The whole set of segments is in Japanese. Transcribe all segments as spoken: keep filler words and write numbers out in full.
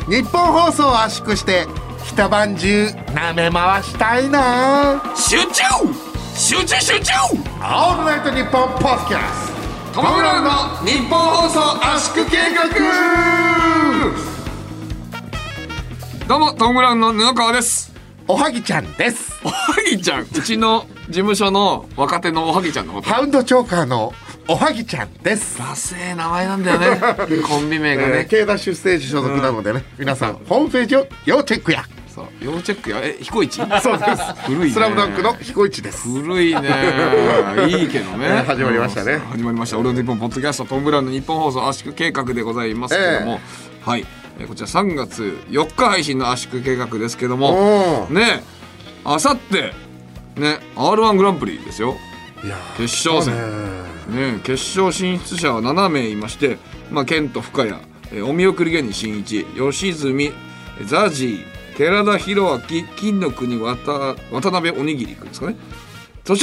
日本放送を圧縮して一晩中舐め回したいな。 集中集中集中オールナイトニッポンポッドキャストトム・ブラウンの日本放送圧縮計画。どうもトム・ブラウンの布川です。 おはぎちゃんです。 おはぎちゃん、うちの事務所の若手のおはぎちゃんのこと。 ハウンドチョーカーのおはぎちゃんです。 ダセー名前なんだよねコンビ名がね、 えー、K ダッシュステージ所属なのでね、うん、皆さんホームページを要チェックや。 そう要チェックや。え、彦一そうです古いね。スラムダンクの彦一です。 古いねいいけどね、 えー、始まりましたね。 始まりました。俺の日本ポッドキャストトム・ブラウンの日本放送圧縮計画でございますけども、えー、はい、えー、こちらさんがつよっか配信の圧縮計画ですけどもね、あさってね アールワン グランプリですよ。 いや決勝戦ね、決勝進出者はななめいいまして、まあ、ケント深谷、えー、お見送り芸人しんいち、吉住、ザジー、寺田裕明、金の国渡渡辺おにぎりくんですかね。そして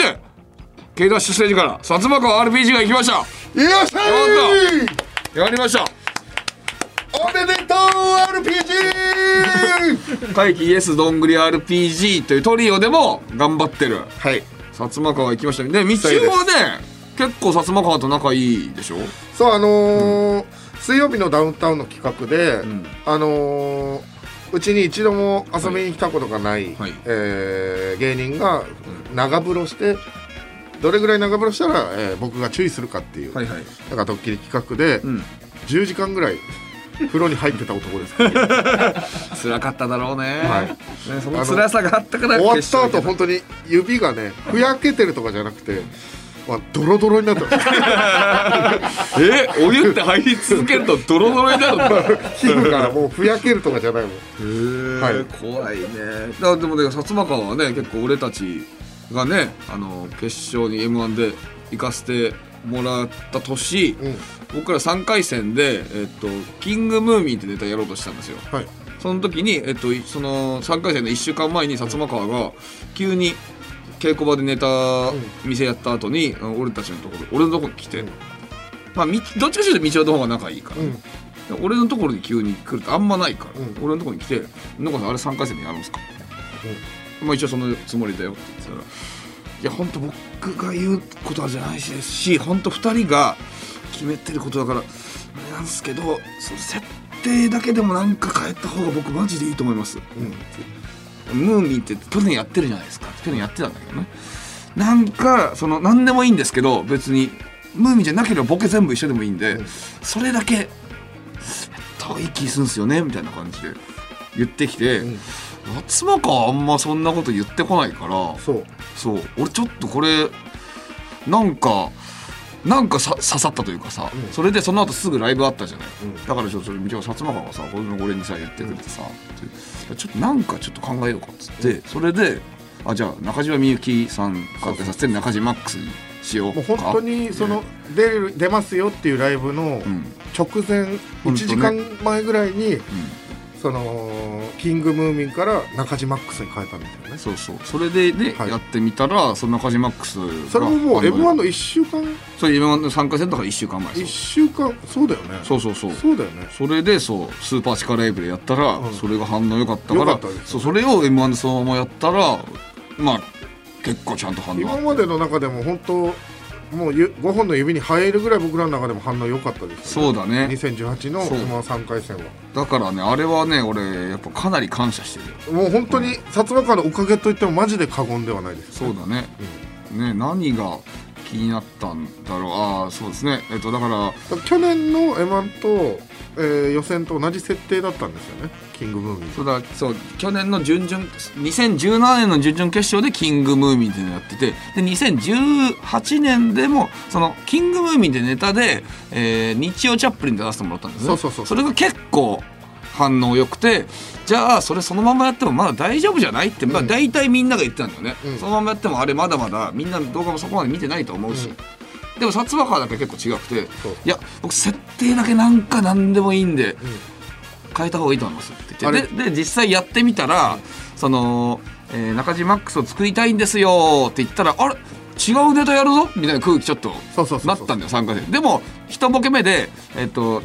K ダッシュステージから薩摩川 アールピージー が行きました。 よっしゃーやりました。 おめでとう アールピージー怪奇イエスどんぐり アールピージー というトリオでも頑張ってる、はい、薩摩川行きましたね。で道夫はね結構薩摩川と仲いいでしょ。 そう、あのーうん、水曜日のダウンタウンの企画で、うん、あのー、うちに一度も遊びに来たことがない、はい、えー、芸人が長風呂して、どれぐらい長風呂したら、えー、僕が注意するかっていう、はいはい、なんかドッキリ企画で、うん、じゅうじかんぐらい風呂に入ってた男ですから辛かっただろうね、はい、ね、その辛さがあったから終わった後本当に指がねふやけてるとかじゃなくて、まあ、ドロドロになってますえ、お湯って入り続けるとドロドロになるんだ皮膚がもうふやけるとかじゃないもん。へー、はい、怖いね。だでもね、薩摩川はね結構俺たちがねあの決勝に エムワン で行かせてもらった年、うん、僕らさんかい戦で、えっと、キングムーミンってネタやろうとしたんですよ、はい、その時に、えっと、そのさんかい戦のいっしゅうかんまえに薩摩川が急に稽古場でネタ店やった後に、うん、俺たちのところ俺のところに来て、うん、まあ、どっちかというと道夫の方が仲いいから、ね、うん、俺のところに急に来るとあんまないから、うん、俺のところに来て「なんかあれさんかい戦でやるんですか?」うん、まあ、一応そのつもりだよって言ってたら、いや本当僕が言うことじゃないですし、本当ふたりが決めてることだからあれなんですけど、その設定だけでもなんか変えた方が僕マジでいいと思います、うん、ムーミンって去年やってるじゃないですか。去年やってたんだけどね、なんかその何でもいいんですけど、別にムーミンじゃなければボケ全部一緒でもいいんで、うん、それだけやった方がいい気するんですよねみたいな感じで言ってきて、うん、松間川あんまそんなこと言ってこないから、そうそう、俺ちょっとこれなんかなんかさ刺さったというかさ、うん、それでその後すぐライブあったじゃない、うん、だからちょっと今日薩摩川がさ俺にさ言ってくれてさ、うん、ちょっとなんかちょっと考えようかっつって、うん、それであじゃあ中島みゆきさんかけさせて中島マックスにしようか。 もう本当にその出る出ますよっていうライブの直前、うん、いちじかんまえぐらいに、うん、そのキングムーミンから中島マックスに変えたんですよね。 そうそう、それでね、はい、やってみたらその中島マックスがそれももう エムワン のいっしゅうかん、 そう エムワン のさんかい戦だからいっしゅうかんまえ、 いっしゅうかん、そうだよね、 そうそうそうそうだよね。 それでそうスーパー地下ライブでやったら、うん、それが反応良かったから、そうそれを エムワン でそのままやったらまあ結構ちゃんと反応あって、 今までの中でも本当もうごほんの指に入るぐらい僕らの中でも反応良かったですよね。そうだね、にせんじゅうはちのエムワンさんかい戦は。 だからねあれはね俺やっぱかなり感謝してる。 もう本当に薩摩川のおかげといってもマジで過言ではないです、 ね、そうだね、うん、ね、何が気になったんだろう。ああそうですね、えっとだから去年の エムワン と、えー、予選と同じ設定だったんですよね、キングムーミン。 そうだ、そう去年の準々にせんじゅうななねんの準々決勝でキングムーミンっていうのをやってて、でにせんじゅうはちねんでもそのキングムーミンでネタで、えー、日曜チャップリンで出してもらったんですね。そうそうそうそう、それが結構反応良くて、じゃあそれそのままやってもまだ大丈夫じゃないって、うん、まあ、大体みんなが言ってたんだよね、うん、そのままやってもあれまだまだみんなの動画もそこまで見てないと思うし、うん、でも薩摩川だけ結構違くて、いや僕設定だけなんか何でもいいんで、うん、変えた方がいいと思いますって言って、で, で実際やってみたら、うん、その、えー、中島マックスを作りたいんですよって言ったら、あれ違うネタやるぞみたいな空気ちょっとなったんだよ、さんかい戦で。も一ボケ目でえっと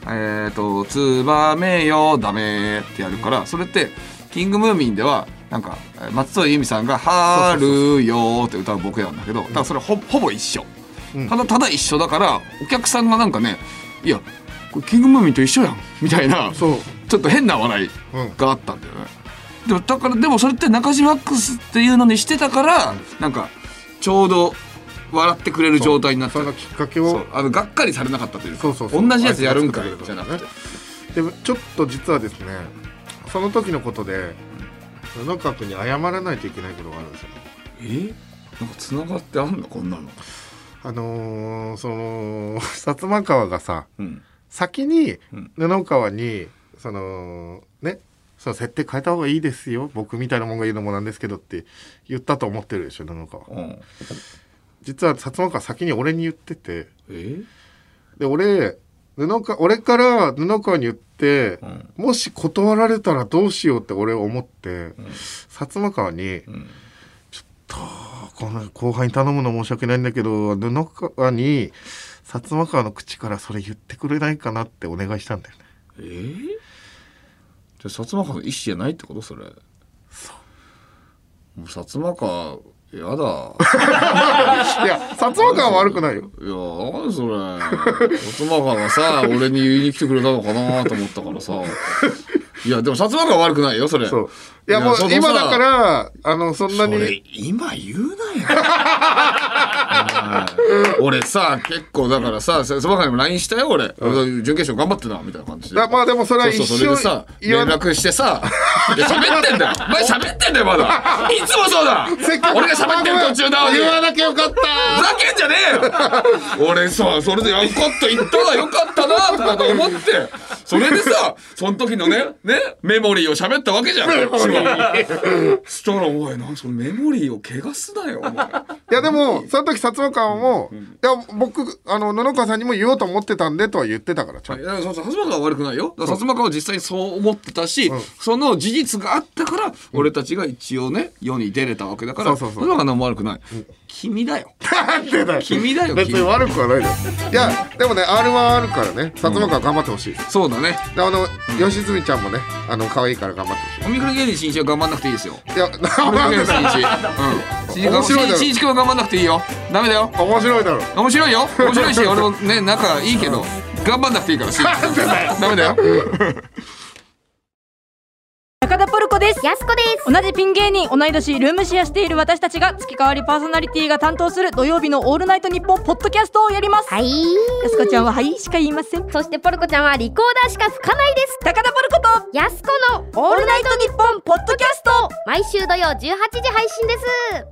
えっ、ー、とツバメよダメってやるから、それってキングムーミンではなんか松任谷由実さんが春よって歌う僕なんだけど、だからそれ ほ, ほぼ一緒、うん、ただただ一緒だからお客さんがなんかね、いやこれキングムーミンと一緒やんみたいな、そうちょっと変な笑いがあったんだよね、うん、でもだからでもそれって中島マックスっていうのにしてたから、うん、なんかちょうど笑ってくれる状態になって、 そのきっかけをあのがっかりされなかったというか、そうそうそう同じやつやるんかいじゃなくて、 でもちょっと実はですね、その時のことで布川君に謝らないといけないことがあるんですよね。 えなんかつながってあんのこんなの。 あのー、その薩摩川がさ、うん、先に布川にそのね、その設定変えた方がいいですよ僕みたいなもんが言うのもなんですけどって言ったと思ってるでしょ布川、うん、実は薩摩川先に俺に言ってて、えで俺布川俺から布川に言って、うん、もし断られたらどうしようって俺思って、うん、薩摩川に、うん、ちょっとこの後輩に頼むの申し訳ないんだけど布川に薩摩川の口からそれ言ってくれないかなってお願いしたんだよね。 えー、じゃあ薩摩川の意思じゃないってことそれ。そうもう薩摩川やだいや薩摩川は悪くないよ。 いや何それ薩摩川がさ俺に言いに来てくれたのかなと思ったからさいやでも薩摩川は悪くないよそれ。そういやもう今だからあのそんなにそれ今言うなよ俺さ結構だからさ薩摩川にも ライン したよ俺、うん、準決勝頑張ってなみたいな感じで。 まあでもそれは一緒それでさ連絡してさいや喋ってんだよお前喋ってんだよまだいつもそうだ俺が喋ってる途中なのに言わなきゃよかったふざけんじゃねえよ俺さそれでよかった言ったらよかったなとかと思ってそれでさその時のねねメモリーを喋ったわけじゃん。メモリーそしたらお前なんそのメモリーを汚すなよお前。 いやでもその時薩摩川も、うんうん、いや僕あの布川さんにも言おうと思ってたんでとは言ってたからちゃんと。いや薩摩川は悪くないよ。薩摩川は実際にそう思ってたし、うん、その事実があったから、うん、俺たちが一応ね世に出れたわけだから、そうそうそう、薩摩川も悪くない、うん、君だよなんでだよ君だよ別に悪くはないよ。いやでもね アールワン あるからね薩摩川頑張ってほしい、うん、 そうだね。 であの、うん、吉住ちゃんもねあの可愛いから頑張ってほしい。 おみくり芸人しんいちは頑張んなくていいですよ。 いや頑張んなくていいしんいち面白いだろ。しんいちくんは頑張んなくていいよ。ダメだよ。 面白いだろ。 面白いよ面白いし俺もね仲いいけど頑張んなくていいからしんいちダメだよ高田ポルコです。 やすこです。 同じピン芸人同い年ルームシェアしている私たちが月替わりパーソナリティが担当する土曜日のオールナイトニッポンポッドキャストをやります。 はい。 やすこちゃんははいしか言いません。 そしてポルコちゃんはリコーダーしか吹かないです。 高田ポルコとやすこのオールナイトニッポンポッドキャスト毎週土曜じゅうはちじ配信です。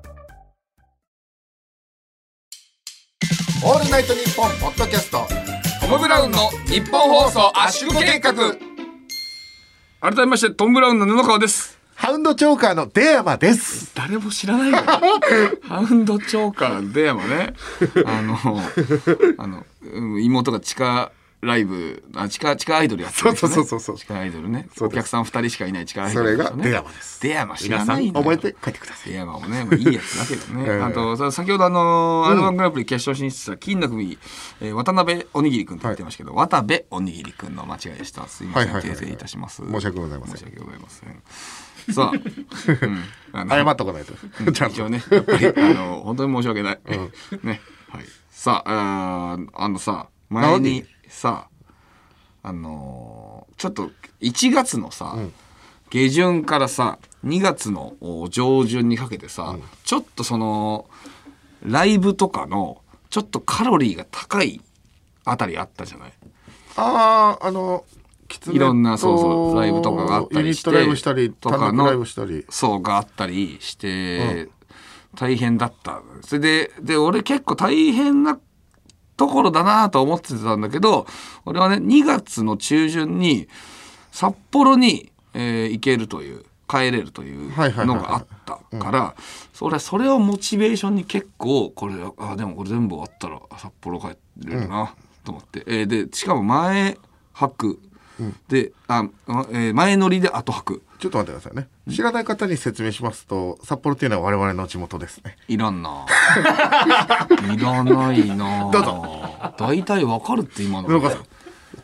オールナイトニッポンポッドキャストトム・ブラウンの日本放送圧縮計画。改めましてトム・ブラウンの布川です。 ハウンドチョーカーの出山です。 誰も知らないよハウンドチョーカーの出山ねあのあの妹が地下ライブあ地下地下アイドルやってるんですよね。そうそうそうそう地下アイドルね。お客さんふたりしかいない地下アイドル、ね、 それが出山です。 出山知らないんだよ。 皆さん覚えて帰ってください。 出山もねいいやつだけどねあと先ほどあの アールワン グランプリ決勝進出した金の組、えー、渡辺おにぎりくんと言ってましたけど、はい、渡部おにぎりくんの間違いでした。すいません、訂正いたします。 申し訳ございません。 申し訳ございません。さあ、 うん、謝っとかないと、 うん、ちゃんとねやっぱりあの本当に申し訳ない、うん、ねはい。さあああのさ前にさあのー、ちょっといちがつのさ、うん、下旬からさにがつの上旬にかけてさ、うん、ちょっとそのライブとかのちょっとカロリーが高いあたりあったじゃない。 あああのいろんなそうそうライブとかがあったりしてユニットライブしたりとかのライブしたりそうがあったりして、うん、大変だった。それでで俺結構大変なところだなと思ってたんだけど、俺はねにがつの中旬に札幌に、えー、行けるという帰れるというのがあったからそれそれをモチベーションに結構これあでもこれ全部終わったら札幌帰れるなと思って、うんえー、でしかも前泊うん、であ、えー、前乗りで後泊。 ちょっと待ってくださいね。知らない方に説明しますと札幌っていうのは我々の地元ですね。 いらんないらないなどうぞ。 大体わかるって今の布川さん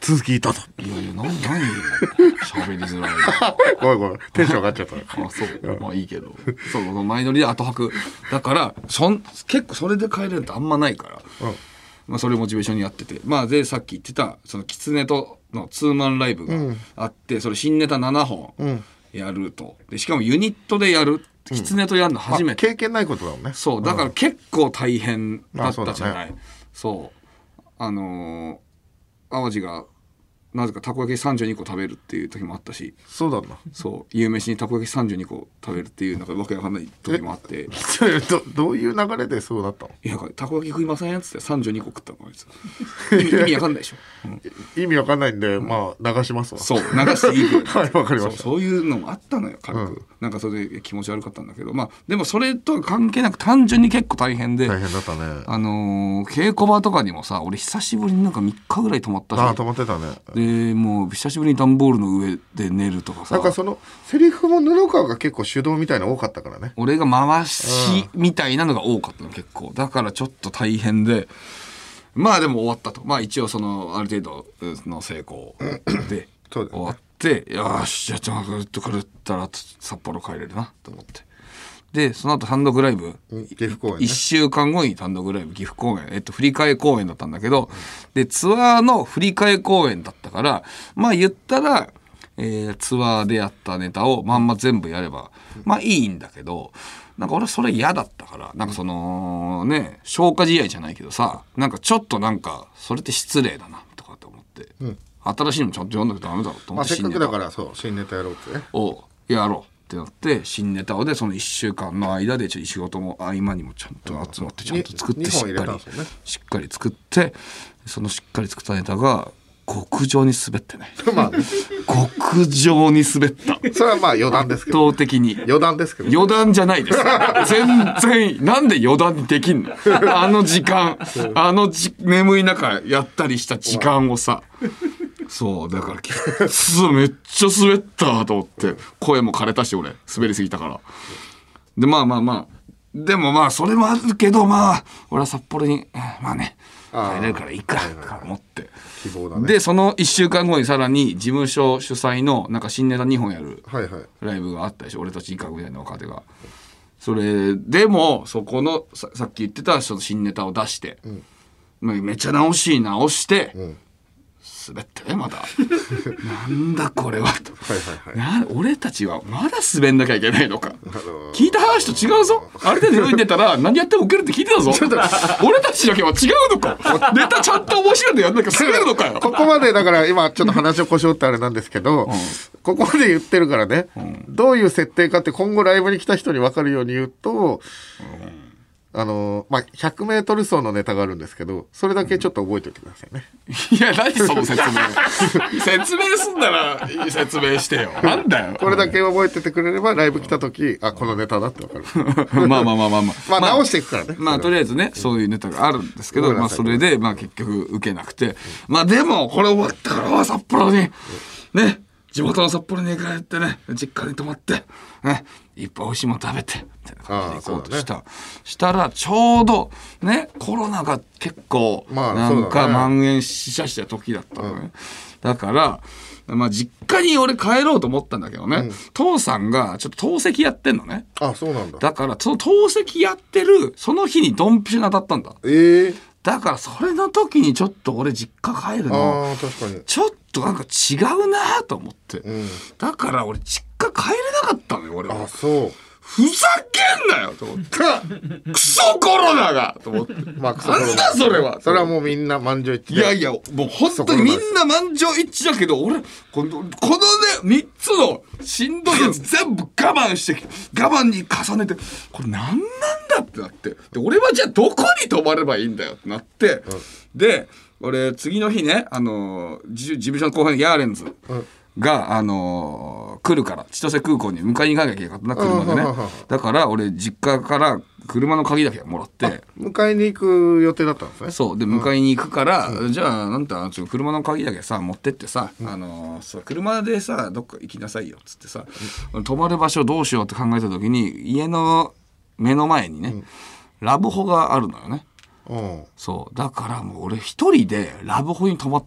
続きいたと。 いやいや、何何喋りづらいごめんごめん、テンション上がっちゃったあ、そう、まあいいけどそう前乗りで後泊だからそん結構それで帰れるってあんまないから、うんまあ、それモチベーションにやっててまあでさっき言ってたそのキツネとのツーマンライブがあって、うん、それ新ネタななほんやるとでしかもユニットでやるキツネとやるの初めて、 うんまあ、経験ないことだもんね。 そうだから結構大変だったじゃない、うんまあ、そうだね、そうあのー、淡路がなぜかたこ焼きさんじゅうにこ食べるっていう時もあったしそうだなそう夕飯にたこ焼きさんじゅうにこ食べるっていうなんかわけわかんない時もあってど, どういう流れでそうだったの。 いやたこ焼き食いませんっつってさんじゅうにこ食ったのあいつ意味意味わかんないでしょ、うん、 意味わかんないんで、うん、まあ流しますわそう流していいけどはいわかりました。 そう、そういうのもあったのよ軽く、うん、なんかそれで気持ち悪かったんだけどまあでもそれとは関係なく単純に結構大変で大変だったね。 あのー、稽古場とかにもさ俺久しぶりになんかみっかぐらい泊まったしあ泊まってたね。 でもう久しぶりに段ボールの上で寝るとかさなんかそのセリフも布川が結構手動みたいなの多かったからね。 俺が回しみたいなのが多かったの結構だからちょっと大変でまあでも終わったとまあ一応そのある程度の成功で終わってよしじゃあちょっとぐるっと狂ったら札幌帰れるなと思ってでその後単独ライブ、 うん、岐阜公演、ね、 いっしゅうかんごに単独ライブ岐阜公演、えっと、振り替え公演だったんだけど、うん、でツアーの振り替え公演だったからまあ言ったら、えー、ツアーでやったネタをまんま全部やれば、うん、まあいいんだけどなんか俺それ嫌だったからなんかそのね消化試合じゃないけどさなんかちょっとなんかそれって失礼だなとかって思って、うん、新しいのちゃんと読んなきゃダメだろうと思って、 まあ、せっかくだからそう新ネタやろうってねをやろうってなって新ネタをでそのいっしゅうかんの間でちょっと仕事も合間にもちゃんと集まってちゃんと作ってしっかりしっかり作ってそのしっかり作ったネタが極上に滑ってねまあ極上に滑ったそれはまあ余談ですけど圧倒的に余談ですけど余談じゃないです全然なんで余談にできんのあの時間あのじ眠い中やったりした時間をさそうだからめっちゃ滑ったと思って声も枯れたし俺滑りすぎたからでまあまあまあでもまあそれもあるけどまあ俺は札幌にまあね帰れるからいいかと思って希望だね。 でそのいっしゅうかんごにさらに事務所主催のなんか新ネタにほんやるライブがあったでしょ、はいはい、俺たちいかぐみたいな若手がそれでもそこの さ, さっき言ってたその新ネタを出して、うん、めっちゃ直し直して、うん滑ってねまだなんだこれはと、はいはいはい、な俺たちはまだ滑んなきゃいけないのか、あのー、聞いた話と違うぞある程度読んでたら何やっても受けるって聞いてたぞ俺たちだけは違うのかネタちゃんと面白いのやんなきゃ滑るのかよここまでだから今ちょっと話をこしょってあれなんですけど、うん、ここまで言ってるからね、うん、どういう設定かって今後ライブに来た人に分かるように言うと、うんあのー、まあ、ひゃくメートル走のネタがあるんですけどそれだけちょっと覚えておいてくださいね。 いや何その説明説明すんなら説明してよなんだよこれだけ覚えててくれればライブ来た時あこのネタだってわかるまあまあまあまあまあまあ直していくからねまあとりあえずねそういうネタがあるんですけど、まあ、それでまあ結局受けなくてまあでもこれ終わったから札幌にね地元の札幌に帰ってね実家に泊まってねいっぱい美味しいもの食べてみたいな感じで行こうとした、ね、したらちょうどねコロナが結構なんか蔓延しちゃした時だったのね、うん、だからまあ実家に俺帰ろうと思ったんだけどね、うん、父さんがちょっと透析やってんのね。 あそうなんだ。 だからその透析やってるその日にドンピシャに当たったんだ。 えー、だからそれの時にちょっと俺実家帰るのあ確かにちょっとなんか違うなと思って、うん、だから俺実家帰れなかったのよ俺は。 あそうふざけんなよと思ってクソコロナがと思って、まあ、クソコロナなんだそれはそれはもうみんな満場一致いやいやもう本当にみんな満場一致だけど俺このこのねみっつのしんどいやつ全部我慢して我慢に重ねてこれ何なんだってなってで俺はじゃあどこに泊まればいいんだよってなって、うん、で俺次の日ねあの事務所の後輩のヤーレンズ、うんが、あのー、来るから千歳空港に迎えに行かなきゃいけなかったな車でねだから俺実家から車の鍵だけもらって迎えに行く予定だったんですね。 そうで迎えに行くから、うん、じゃあなんてちょ車の鍵だけさ持ってってさ、うんあのー、そう車でさどっか行きなさいよっつってさ、うん、泊まる場所どうしようって考えた時に家の目の前にね、うん、ラブホがあるのよね、うん、そうだからもう俺一人でラブホに泊まったのよ。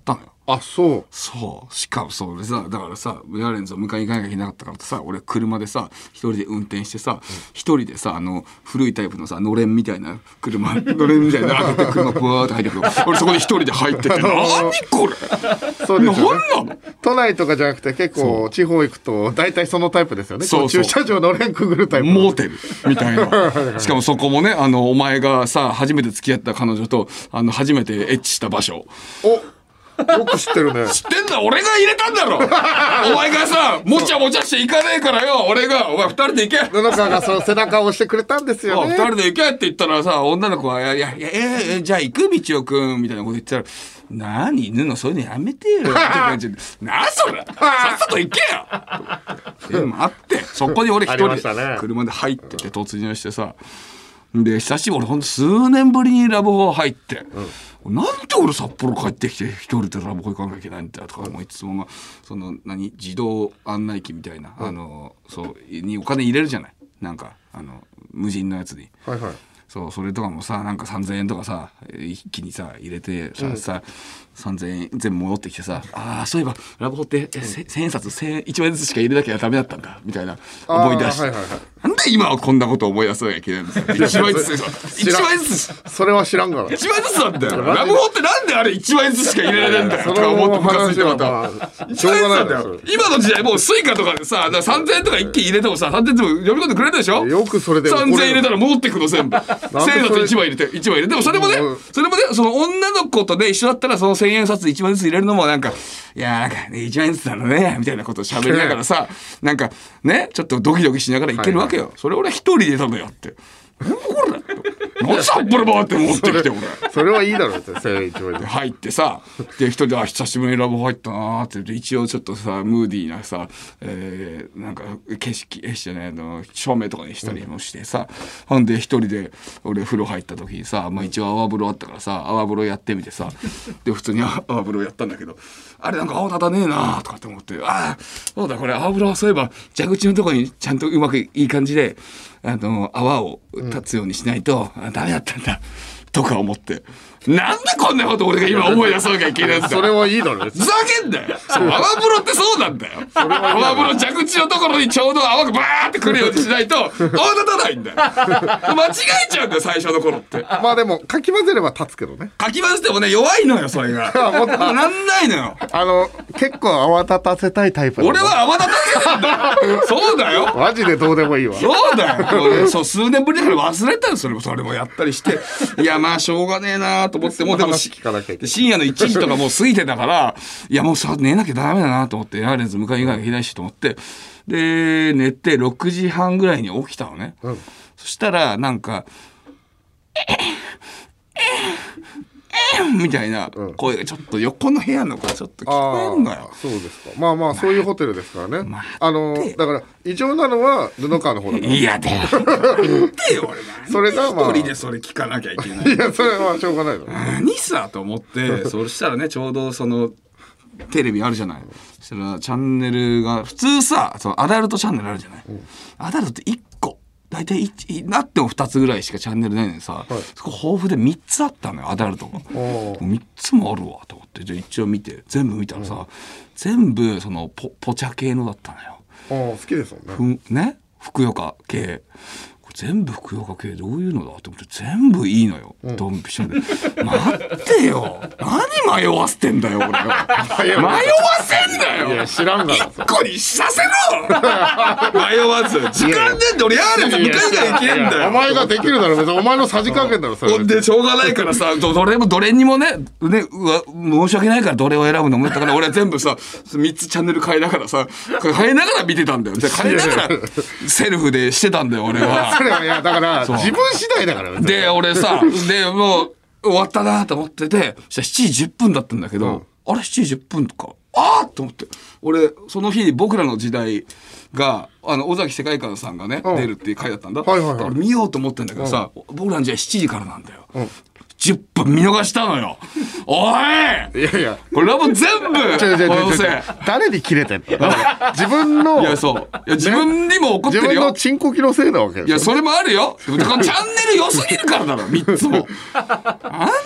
あ、そうそうしかもそうでさ、だからさヤーレンズを迎えに行かなきゃいけなかったからってさ、俺車でさ一人で運転してさ一人でさあの古いタイプのさのれんみたいな車のれんみたいな開けて車ブワーって入ってくる俺そこで一人で入ってて何これそうですよね。 何なの都内とかじゃなくて結構地方行くと大体そのタイプですよね。そうそう、駐車場のれんくぐるタイプ、 モーテルみたいなしかもそこもねあのお前がさ初めて付き合った彼女とあの初めてエッチした場所。 およく知ってるね。 知ってんだ、俺が入れたんだろお前がさもちゃもちゃして行かねえからよ、俺がお前二人で行け布川がその背中を押してくれたんですよね。 二人で行けって言ったらさ女の子は「いやいやいやえー、じゃあ行く道夫くん」みたいなこと言ってたら「何布そういうのやめてよ」って感じで「なそれさっさと行けよ」え待ってそこに俺一人で車で入ってて突入してさで久しぶり俺ほんと数年ぶりにラブホ入って、うん、なんで俺札幌帰ってきて一人でラブホ行かなきゃいけないんだよとか思いつつも、まあ、その何自動案内機みたいな、うん、あのそうにお金入れるじゃないなんかあの無人のやつに、はいはい、そうそれとかもさなんかさんぜんえんとかさ一気にさ入れてさ、うん、ささんぜんえん全部戻ってきてさああそういえばラブホって千円札いちまん円ずつしか入れなきゃダメだったんだみたいな思い出して、はいはいはい、なんで今はこんなことを思い出さなきゃいけないんですかいちまん円ずついちまん円ずつそれは知らんからいちまん円ずつなんだよラブホってなんであれいちまん円ずつしか入れられないんだよとか思ってムカついてまたしょうがないんだよ今の時代もうスイカとかでささんぜんえんとか一気に入れてもささんぜんえん全部読み込んでくれるでしょ。 よくそれでさんぜんえん入れたら戻ってくの全部せんえん札いちまい入れていちまい入れてでもそれもねそれもねその女の子とね一緒だったらそのせんえん札いちまんずつ入れるのもなんかいやなんかねいちまん円ずつなのねみたいなことを喋りながらさなんかねちょっとドキドキしながらいけるわけよ、はいはい、それ俺一人で入れたのよって何これ何札幌回って持ってきて俺それはいいだろうってせんえんいちまんで入ってさで一人であ久しぶりにラブホ入ったなーって言って一応ちょっとさムーディーなさ、えー、なんか景色えじゃないの照明とかにしたりもしてさ、うん、ほんで一人で俺風呂入った時にさ、まあ、一応泡風呂あったからさ泡風呂やってみてさで普通に泡風呂やったんだけどあれなんか泡立たねえなーとかって思ってああそうだこれ泡風呂そういえば蛇口のとこにちゃんとうまくいい感じであの泡を立つようにしないと、うん、ダメだったんだとか思ってなんでこんなこと俺が今思い出さなきゃいけないんだそれはいいだろふざけんなよ泡風呂ってそうなんだよ泡風呂蛇口のところにちょうど泡がバーってくるようにしないと泡立たないんだよ間違えちゃうんだよ最初の頃ってまあでもかき混ぜれば立つけどねかき混ぜてもね弱いのよそれがなんないのよあの結構泡立たせたいタイプ俺は泡立たせるんだよそうだよマジでどうでもいいわそうだよそう数年ぶりだから忘れたよそれもそれもやったりしていやまあしょうがねえなと思ってもうでも深夜のいちじとかもう過ぎてたからいやもうさ寝なきゃダメだなと思ってヤーレンズ迎えに行かなきゃいけないしと思ってで寝てろくじはんぐらいに起きたのね、うん、そしたらなんかみたいな声がちょっと横の部屋の声ちょっと聞こえるのよ。 そうですか。まあまあそういうホテルですからね。あのだから異常なのは布川の方だから。 いやで言ってよ俺それがまあ一人でそれ聞かなきゃいけない。 いやそれはしょうがないの。 何さと思ってそしたらねちょうどそのテレビあるじゃない。そしたらチャンネルが普通さそのアダルトチャンネルあるじゃない。うん、アダルトっていっこ。大体いちなってもふたつぐらいしかチャンネルないのにさ、はい、そこ豊富でみっつあったのよアダルトがみっつもあるわと思ってじゃあ一応見て全部見たらさ全部その ポ, ポチャ系のだったのよ。好きですもんね。 ねふくよか系これ全部ふくよか系どういうのだと思って全部いいのよ、うん、ドンピシャで待ってよ何迷わせてんだよ俺は迷わせんだよ。 いや知らんがな一個にさせろ迷わず時間ねんで俺ヤーレンズ迎えがいけんだよ。 お前ができるだろ別にお前のさじ加減だろそれでしょうがないからさどれもどれにもねねうわ申し訳ないからどれを選ぶのもだから俺は全部さみっつチャンネル変えながらさ変えながら見てたんだよ。変えながらセルフでしてたんだよ俺は。 それはいやだから自分次第だからで俺さでもう終わったなと思っててしちじじゅっぷんだったんだけど、うん、あれしちじじゅっぷんかあーっと思って俺その日僕らの時代があの尾崎世界観さんがね、うん、出るっていう回だったんだ、はいはいはい、俺見ようと思ってんだけどさ、うん、僕らの時代しちじからなんだよ、うん、じゅっぷん見逃したのよおいいやいやこれも全部誰に切れてんの自分のいやそういや自分にも怒ってるよ、 ね、自分のチンコキのせいなわけでしょ。 いやそれもあるよだからチャンネル良すぎるからだろみっつもあんだ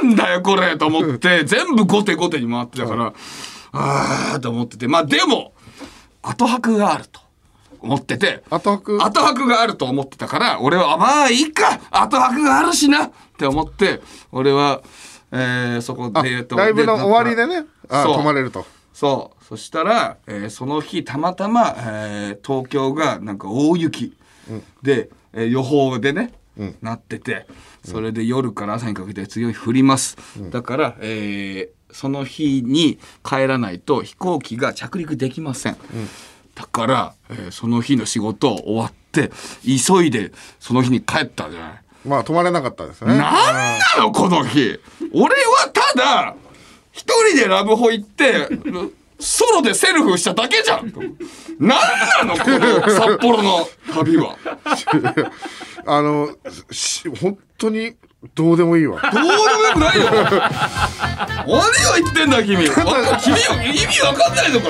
なんだよこれと思って全部後手後手に回ってたから、うん、あーと思ってて、まあでも後泊があると思ってて、 後泊後泊があると思ってたから、俺はまあいいか後泊があるしなって思って、俺は、えー、そこでライブの終わりでね、あ泊まれると。 そうそしたら、えー、その日たまたま、えー、東京がなんか大雪、うん、で、えー、予報でね、うん、なってて、それで夜から朝にかけて強い降ります、うん、だから、えー、その日に帰らないと飛行機が着陸できません、うん、だから、えー、その日の仕事終わって急いでその日に帰ったじゃない。 まあ泊まれなかったですね。 なんなのこの日。俺はただ一人でラブホ行ってソロでセルフしただけじゃん。なんなのこの札幌の旅は。 あの本当にどうでもいいわ。 どうでもよくないよ。何を言ってんだ君。君意味わかんないのか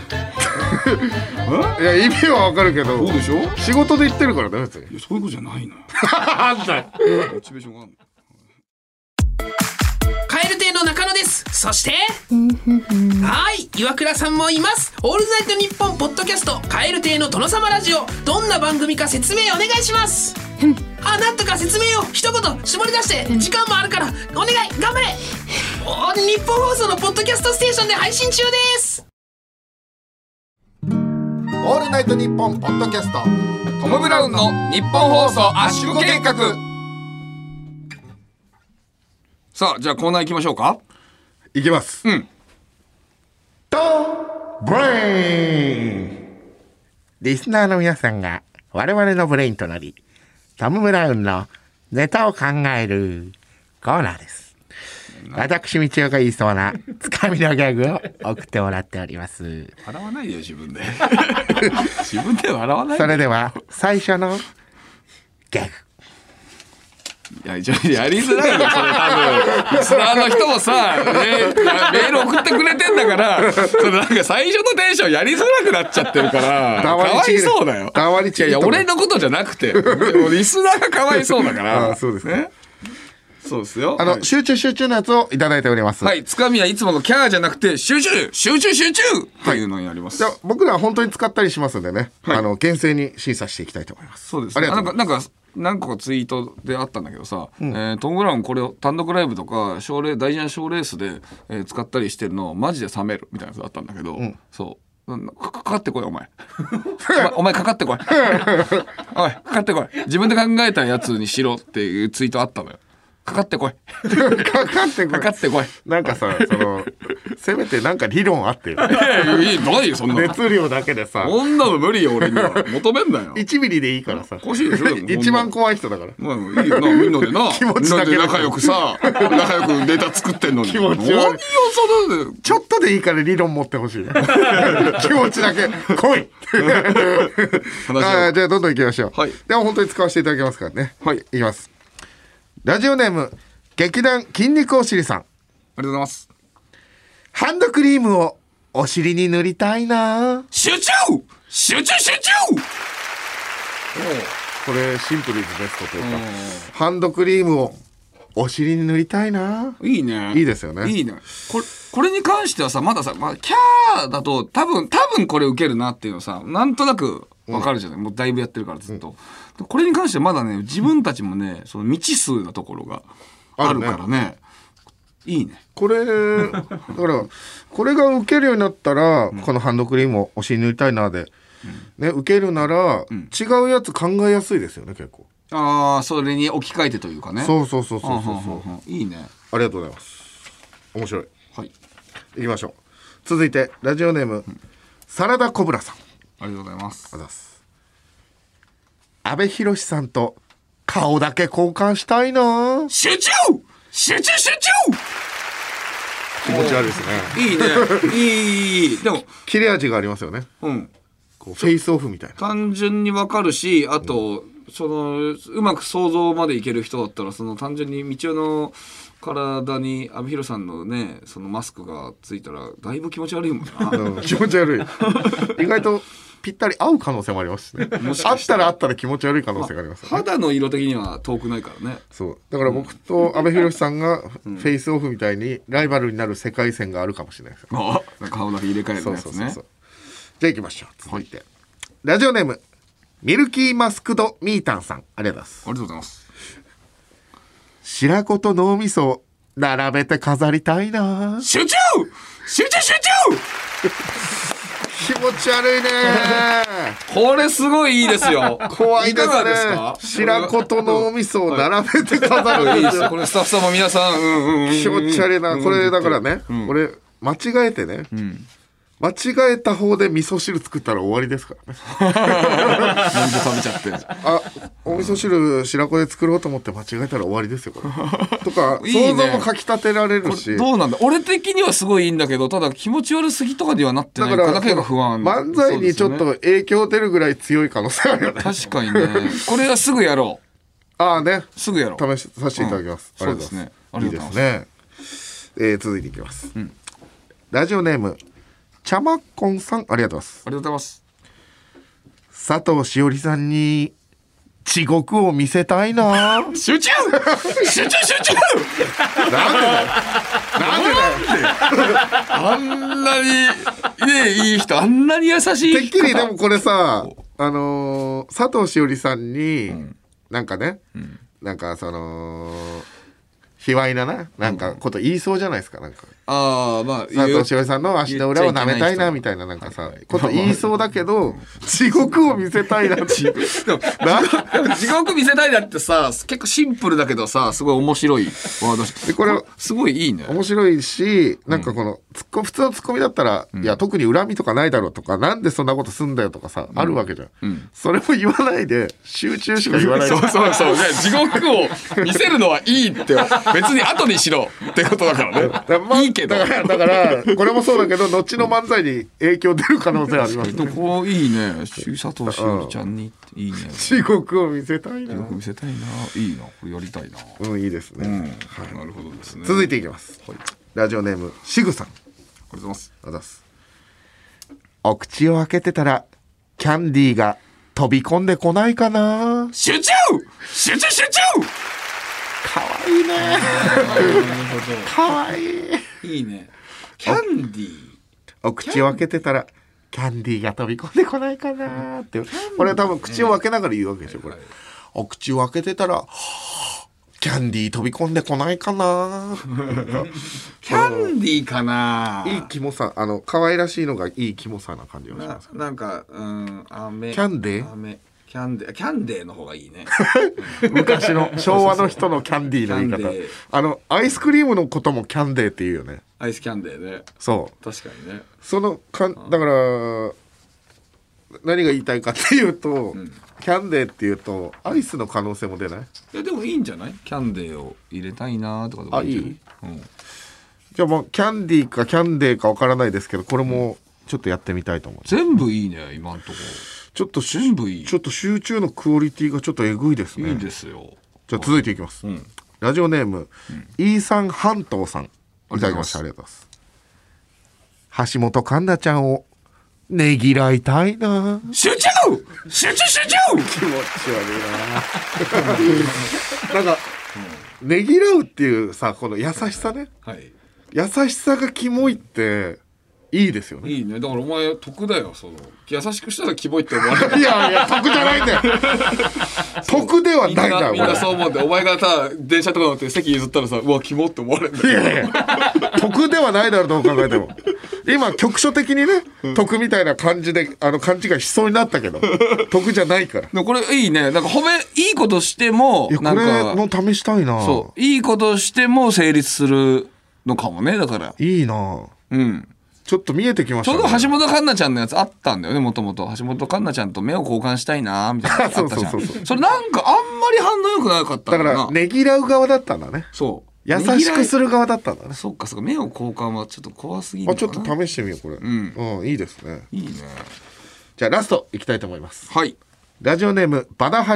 い。いや意味はわかるけど。 そうでしょ。 仕事で言ってるからね別に。 いやそういうことじゃないのよ。 あんた。 モチベーションがあるの。 カエル亭の中野です。そしてはい岩倉さんもいます。オールナイトニッポンポッドキャストカエル亭の殿様ラジオ、どんな番組か説明お願いします。あ、なんとか説明を一言絞り出して、時間もあるからお願い頑張れ。お日本放送のポッドキャストステーションで配信中です。 オールナイトニッポンポッドキャストトム・ブラウンの日本放送圧縮計画。さあじゃあコーナー行きましょうか。 行きます。 うんトブレイン。リスナーの皆さんが我々のブレインとなりトム・ブラウンのネタを考えるコーナーです。私道夫が言いそうなつかみのギャグを送ってもらっております。 笑わないよ自分で自分で笑わない。 それでは最初のギャグ。 いや、やりづらいよそれ。多分リスナーの人もさ、ね、メール送ってくれてんだからそれなんか最初のテンションやりづらくなっちゃってるからかわいそうだよ。いやいや俺のことじゃなくてリスナーがかわいそうだからあそうですね。 そうですよ。 あの、 はい、 集中集中のやつをいただいております。 はい。つかみはいつものキャーじゃなくて集中集中集中というのになります。 はい、じゃあ僕らは本当に使ったりしますんでね、はい、あの厳正に審査していきたいと思います。 そうです、 ね。ありがとうございます。 なんかなんか何個かツイートであったんだけどさ、うんえー、トム・ブラウンこれを単独ライブとか賞レ大事な賞レースで、えー、使ったりしてるのをマジで冷めるみたいなやつあったんだけど、うん、そうか, かかってこいお前お前お前かかってこいおいかかってこい自分で考えたやつにしろっていうツイートあったのよ。かかってこいかかってこいかかってこい。 なんかさそのせめてなんか理論あってよ。 いいないよそんな熱量だけでさそんなの無理よ俺には求めんなよ。 いちミリでいいからさ。 欲しいでしょ一番怖い人だから。 まあいいよなみんなでな気持ちだけみんなで仲良くさ仲良くネタ作ってんのに気持ち悪い。 何よそのちょっとでいいから理論持ってほしい気持ちだけ来いあじゃあどんどん行きましょう、はい、では本当に使わせていただきますからね。はいいきます。ラジオネーム劇団筋肉お尻さん、ありがとうございます。 ハンドクリームをお尻に塗りたいな。 集中集中集中。 これシンプルイズベストというかハンドクリームをお尻に塗りたいな。 いいね。 いいですよね。 いいね。これこれに関してはさまださ、まあ、キャーだと多分多分これ受けるなっていうのさなんとなくわかるじゃない、うん、もうだいぶやってるからずっと、うん、これに関してはまだね自分たちもねその未知数なところがあるからね、いいね。 これだからこれが受けるようになったら、うん、このハンドクリームをお尻に塗りたいなで、うんね、受けるなら、うん、違うやつ考えやすいですよね結構。 ああそれに置き換えてというかね。 そうそうそうそうそうそう。 いいね。 ありがとうございます。面白い。 はい。 いきましょう。続いてラジオネーム、うん、サラダコブラさん、 ありがとうございます。 ありがとうございます。阿部寛さんと顔だけ交換したいな。 集中集中集中。 気持ち悪いですね。 いいね。いいいい。でも切れ味がありますよね。 うん。 こうフェイスオフみたいな。 単純にわかるし、あと、うん、 そのうまく想像までいける人だったらその単純に道夫の体に阿部寛さんのねそのマスクがついたらだいぶ気持ち悪いもんな、 うん、気持ち悪い意外とぴったり合う可能性もありますしねもしあったらあったら気持ち悪い可能性があります、ね、 肌の色的には遠くないからね。 そうだから僕と阿部寛さんがフェイスオフみたいにライバルになる世界線があるかもしれないですよ、 あ顔だけ入れ替えるやつね。 そうそうそうそう。じゃあ行きましょう。続いて、はい、ラジオネームミルキーマスクドミータンさん、ありがとうございます。 ありがとうございます。 白子と脳みそを並べて飾りたいな。 集中集中集中気持ち悪いねこれすごいいいですよ怖いですね。 いかがですか。 白子と脳みそを並べて飾るんですよ。 これスタッフさんも皆さん、うんうんうん、 気持ち悪いな。これだからね、うん、これ間違えてね、うん、間違えた方で味噌汁作ったら終わりですからねなんで食べちゃってあ、お味噌汁白子で作ろうと思って間違えたら終わりですよこれとかいい、ね、想像もかきたてられるし。 どうなんだ俺的にはすごいいいんだけど、ただ気持ち悪すぎとかにはなってないかだけが不安。 漫才にちょっと影響出るぐらい強い可能性あるよね。 確かにねこれはすぐやろうああねすぐやろう。 試しさせていただきます、うん、 そうですね。ありがとうございます。 いいですね、えー、続いていきます、うん、ラジオネームちゃまっこんさん、ありがとうございます。 ありがとうございます。 佐藤しおりさんに地獄を見せたいな集中集中集中なんでだよなんでだよあんなにねいい人あんなに優しいてっきりでもこれさあのー、佐藤しおりさんに、うん、なんかね、うん、なんかその卑猥なななんかこと言いそうじゃないですか。なんかああまあ佐藤しおりさんの足の裏を舐めたいなみたいななんかさ、はいはい、こと言いそうだけど地獄を見せたいなってでも地獄見せたいなってさ結構シンプルだけどさすごい面白いワードでこれすごいいいね。 面白いしなんかこのツッコ普通のツッコミだったら、うん、いや特に恨みとかないだろうとかなんでそんなことすんだよとかさ、うん、あるわけじゃん、うん、それも言わないで集中しか言わないそうそうそう、ね、地獄を見せるのはいいって別に後にしろってことだからねだから、まあ、いいけどだからだからこれもそうだけど後の漫才に影響出る可能性ありますね。 こういいね佐藤しおりちゃんにいいね地獄を見せたいな地獄見せたいないいなこれやりたいな。 うんいいですね、うんはい、 なるほどですね。 続いていきます、はい、ラジオネームしぐさん、ありがとうございます。 ありがとうございます。お口を開けてたらキャンディーが飛び込んでこないかな。 集中集中集中かわいいねかわいいいいね。キャンディーお口を開けてたらキャンディーが飛び込んでこないかなってこれ多分口を開けながら言うわけでしょこれ、はいはい、お口を開けてたらキャンディー飛び込んでこないかなキャンディーかないいキモさあの可愛らしいのがいいキモさな感じがします。 な, なんかうん飴キャンデー飴キャンデーキャンデーの方がいいね昔の昭和の人のキャンディーの言い方あのアイスクリームのこともキャンデーって言うよね。 アイスキャンデーね。 そう確かにねそのかんだから何が言いたいかっていうと、うん、キャンデーっていうとアイスの可能性も出ない？ いやでもいいんじゃない？キャンデーを入れたいなとかとかいいんじゃない？あいい、うん、じゃあもうキャンディーかキャンデーかわからないですけどこれもちょっとやってみたいと思う。 全部いいね今のところ。 ちょっと全部いい。ちょっと集中のクオリティがちょっとえぐいですね。 いいですよ。 じゃあ続いていきます、うん、ラジオネーム、うん、イーサン半島さんいただきました。ありがとうございます。橋本環奈ちゃんをねぎらいたいな。 集中集中集中気持ち悪いななんか、うん、ねぎらうっていうさこの優しさね、はい、優しさがキモいっていいですよね。 いいね。だからお前得だよ。その優しくしたらキモいって思われるいやいや得じゃないんだよ得ではないんだよ。 みんなそう思うんでお前がさ電車とか乗って席譲ったらさうわキモって思われるんだよ。いやいや得ではないだろうと考えても今局所的にね、うん、得みたいな感じであの勘違いしそうになったけど得じゃないから。 でもこれいいね。なんか褒めいいことしてもいやなんかこれも試したいな。 そういいことしても成立するのかもね。だからいいな。うんちょっと見えてきましたね。 ちょうど橋本環奈ちゃんのやつあったんだよね。もともと橋本環奈ちゃんと目を交換したいなみたいなのあったじゃんそうそうそうそう。それなんかあんまり反応良くなかったんだな。 だからねぎらう側だったんだね。そう優しくする側だったんだね。 そっかそっか目を交換はちょっと怖すぎるのかな。あちょっと試してみようこれ。うん、うん、いいですね。 いいね。 じゃあラストいきたいと思います。 はい。 ラジオネームバダハリさん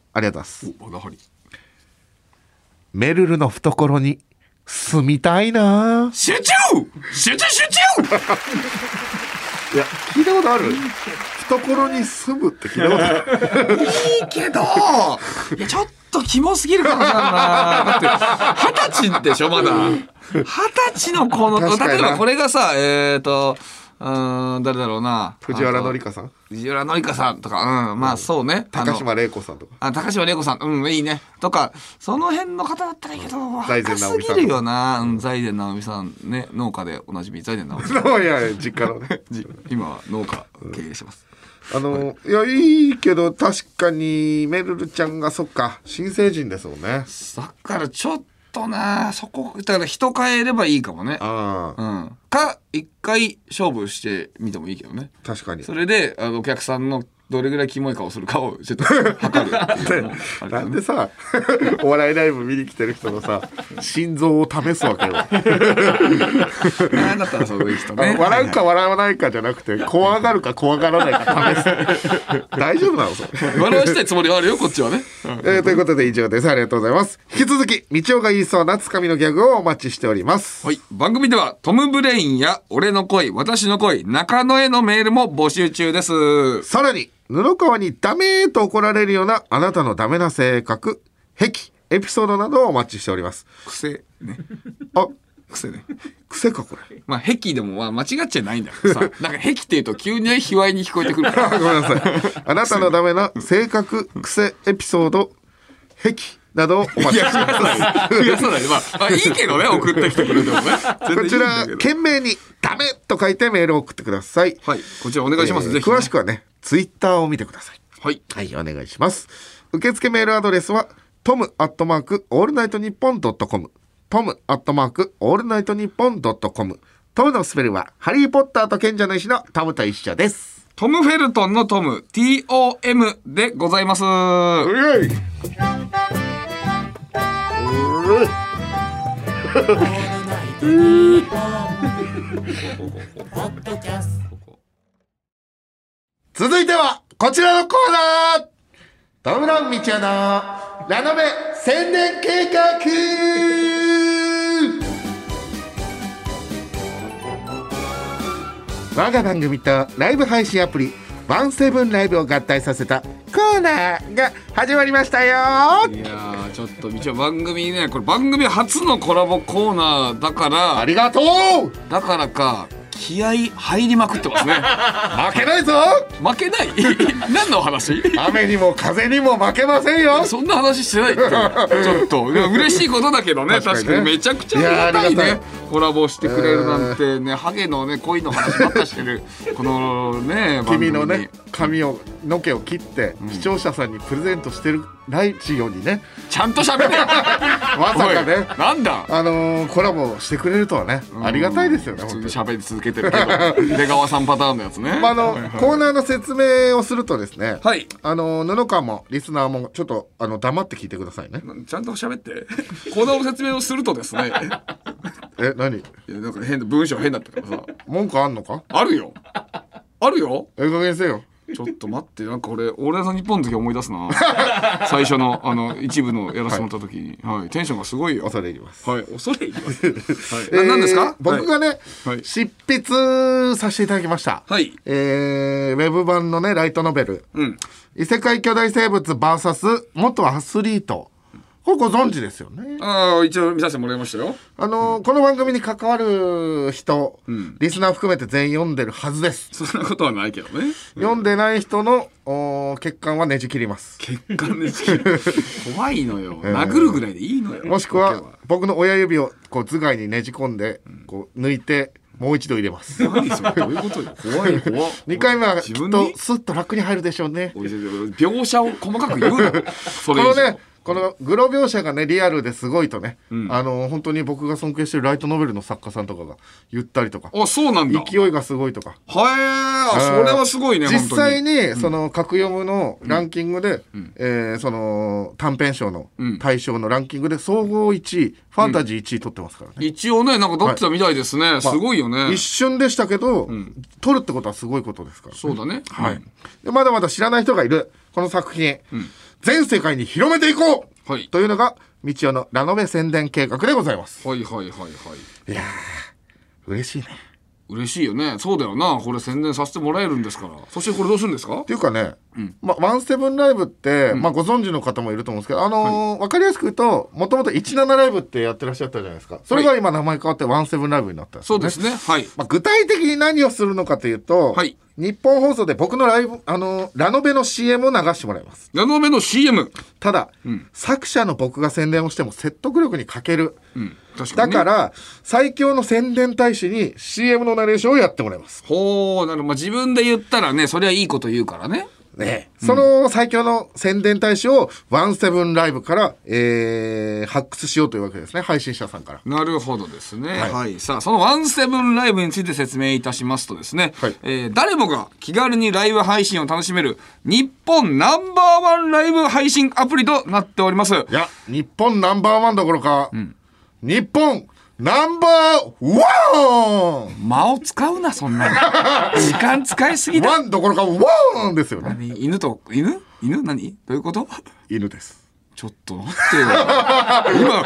ありがとうございます。 お、やはりメルルの懐に住みたいな。 集中集中集中いや聞いたことある？懐に住むって聞いたことある？ いいけどいやちょっとキモすぎるかもしれないな。だって二十歳でしょまだ。二十歳の子の例えばこれがさえっ、ー、とうーん誰だろうな、 藤原紀香さん、 藤原紀香さんとか、うん、まあそうね、 高島玲子さんとか、 あ高島玲子さん、うんいいねとか、その辺の方だったらいいけど財前若すぎるよな。うん、財前直美さんね、農家でおなじみ財前直美さんいや実家のね今は農家経営してます、 あの、はい、いやいいけど確かにめるるちゃんがそっか新成人ですもんね。 だからちょっとなそこだから人変えればいいかもね。 ああ、 うん、か一回勝負してみてもいいけどね。 確かにそれであのお客さんのどれぐらいキモい顔するかをちょっと測るなんでさお笑いライブ見に来てる人のさ心臓を試すわけよ。 なんだったらそういう人ね。 笑うか笑わないかじゃなくて怖がるか怖がらないか試す。大丈夫なのそれ。 笑わしたいつもりはあるよこっちはね、 えー、ということで以上です。ありがとうございます。引き続き道夫が言いそうなつかみのギャグをお待ちしております。 はい、番組ではトム・ブレインや俺の恋私の恋中野へのメールも募集中です。 さらに布川にダメーと怒られるようなあなたのダメな性格、癖、エピソードなどをお待ちしております。 癖ね。 あ、 癖ね。 癖かこれ。 まあ癖でもまあ間違っちゃないんだけどさ、なんか癖っていうと急に卑猥に聞こえてくるから。 ごめんなさい。あなたのダメな性格、癖、エピソード、癖などをお待ちしております。 いやそうだね。まあ、まあ、いいけどね送ってきてくれてもね。 こちら懸命にダメと書いてメールを送ってください。 はい、こちらお願いします。 えー、 ぜひ、ね、 詳しくはねツイッターを見てください。 はい、 はい、お願いします。受付メールアドレスはトムアットマークオールナイトニッポンドットコム、トムアットマークオールナイトニッポンドットコム。トムのスペルはハリーポッターと賢者の石のトムと一緒です。 トム・フェルトンのトム ティーオーエム でございます。 うい続いてはこちらのコーナー、トムランみちおのラノベ宣伝計画。我が番組とライブ配信アプリワンセブンライブを合体させたコーナーが始まりましたよ。 いやーちょっと一応番組ね、これ番組初のコラボコーナーだからありがとう。 だからか気合入りまくってますね。 負けないぞ。 負けない何の話？ 雨にも風にも負けませんよ。 そんな話してないってちょっと嬉しいことだけどね。確かに、ね、確かにめちゃくちゃありがたいね。コラボしてくれるなんてね、ハゲのね恋の話ばっかしてるこのね君のね髪をの毛を切って、うん、視聴者さんにプレゼントしてるラジオにねちゃんと喋ってまさかねなんだあのー、コラボしてくれるとはね、うん、ありがたいですよね。 普通に喋り続けてるけど出川さんパターンのやつね。 まあ、あのコーナーの説明をするとですね、 はい、あの布川もリスナーもちょっとあの黙って聞いてくださいね。 ちゃんと喋ってコーナーの説明をするとですねえ何いやなんか変な文章変だったからさ。 文句あんのか？ あるよあるよ。 ええ加減せよ。 ちょっと待ってなんか俺オールナイトニッポンの時思い出すな最初のあの一部のやらせてもらった時に、はいはい、テンションがすごいよ。 恐れ入ります。 はい恐れ入ります、はいえー、何ですか？ 僕がね、はい、執筆させていただきました、 はいえー、ウェブ版のねライトノベル、うん、異世界巨大生物 ブイエス 元アスリート、これご存知ですよね。 ああ一応見させてもらいましたよ。 あのーうん、この番組に関わる人、うん、リスナー含めて全員読んでるはずです。 そんなことはないけどね、うん、 読んでない人の血管はねじ切ります。 血管ねじ切る怖いのよ、えー、殴るぐらいでいいのよ。 もしくは僕の親指をこう頭蓋にねじ込んでこう抜いてもう一度入れます。 何それどういうことよ。怖い怖い。 にかいめはきっとスッと楽に入るでしょうね。 描写を細かく言うのそれ以上。 このねこのグロ描写がねリアルですごいとね、うん、あの本当に僕が尊敬してるライトノベルの作家さんとかが言ったりとか。 あそうなんだ。 勢いがすごいとか。 はえそれはすごいね。 実際に、うん、その格読むのランキングで、うんえー、その短編賞の大賞のランキングで総合いちいファンタジーいちい取ってますからね、 うん、一応ねなんか取ってたみたいですね、はい、すごいよね、 まあ、一瞬でしたけど、うん、取るってことはすごいことですから、ね、 そうだね、 はい、でまだまだ知らない人がいるこの作品、うん全世界に広めていこう、 はい、 というのが道代のラノベ宣伝計画でございます。 はいはいはいはい。 いやー嬉しいね。 嬉しいよね。そうだよな。これ宣伝させてもらえるんですから。そしてこれどうするんですかっていうかね、うんま、ワンセブンライブって、うんまあ、ご存知の方もいると思うんですけど、あのーはい、分かりやすく言うともともとじゅうななライブってやってらっしゃったじゃないですか。それが今名前変わってワンセブンライブになったんですよね。 そうですね、はいまあ、具体的に何をするのかというと、はい、日本放送で僕のライブ、あのー、ラノベの シーエム を流してもらいます。 ラノベの シーエム。 ただ、うん、作者の僕が宣伝をしても説得力に欠ける、 うん確かにね、だから最強の宣伝大使に シーエム のナレーションをやってもらいます。 ほうなるほど、まあ、自分で言ったらねそれはいいこと言うからね。 ね、その最強の宣伝大使をワンセブンライブから、えー、発掘しようというわけですね、配信者さんから。 なるほどですね、はいはい、さあそのワンセブンライブについて説明いたしますとですね、はいえー、誰もが気軽にライブ配信を楽しめる日本ナンバーワンライブ配信アプリとなっております。いや日本ナンバーワンどころか、うん、日本ナンバーワン間を使うなそんな時間使いすぎだ。 ワンどころかワンですよね。 何犬と犬犬何どういうこと？ 犬です。 ちょっと待ってよ今おいワンセブンラ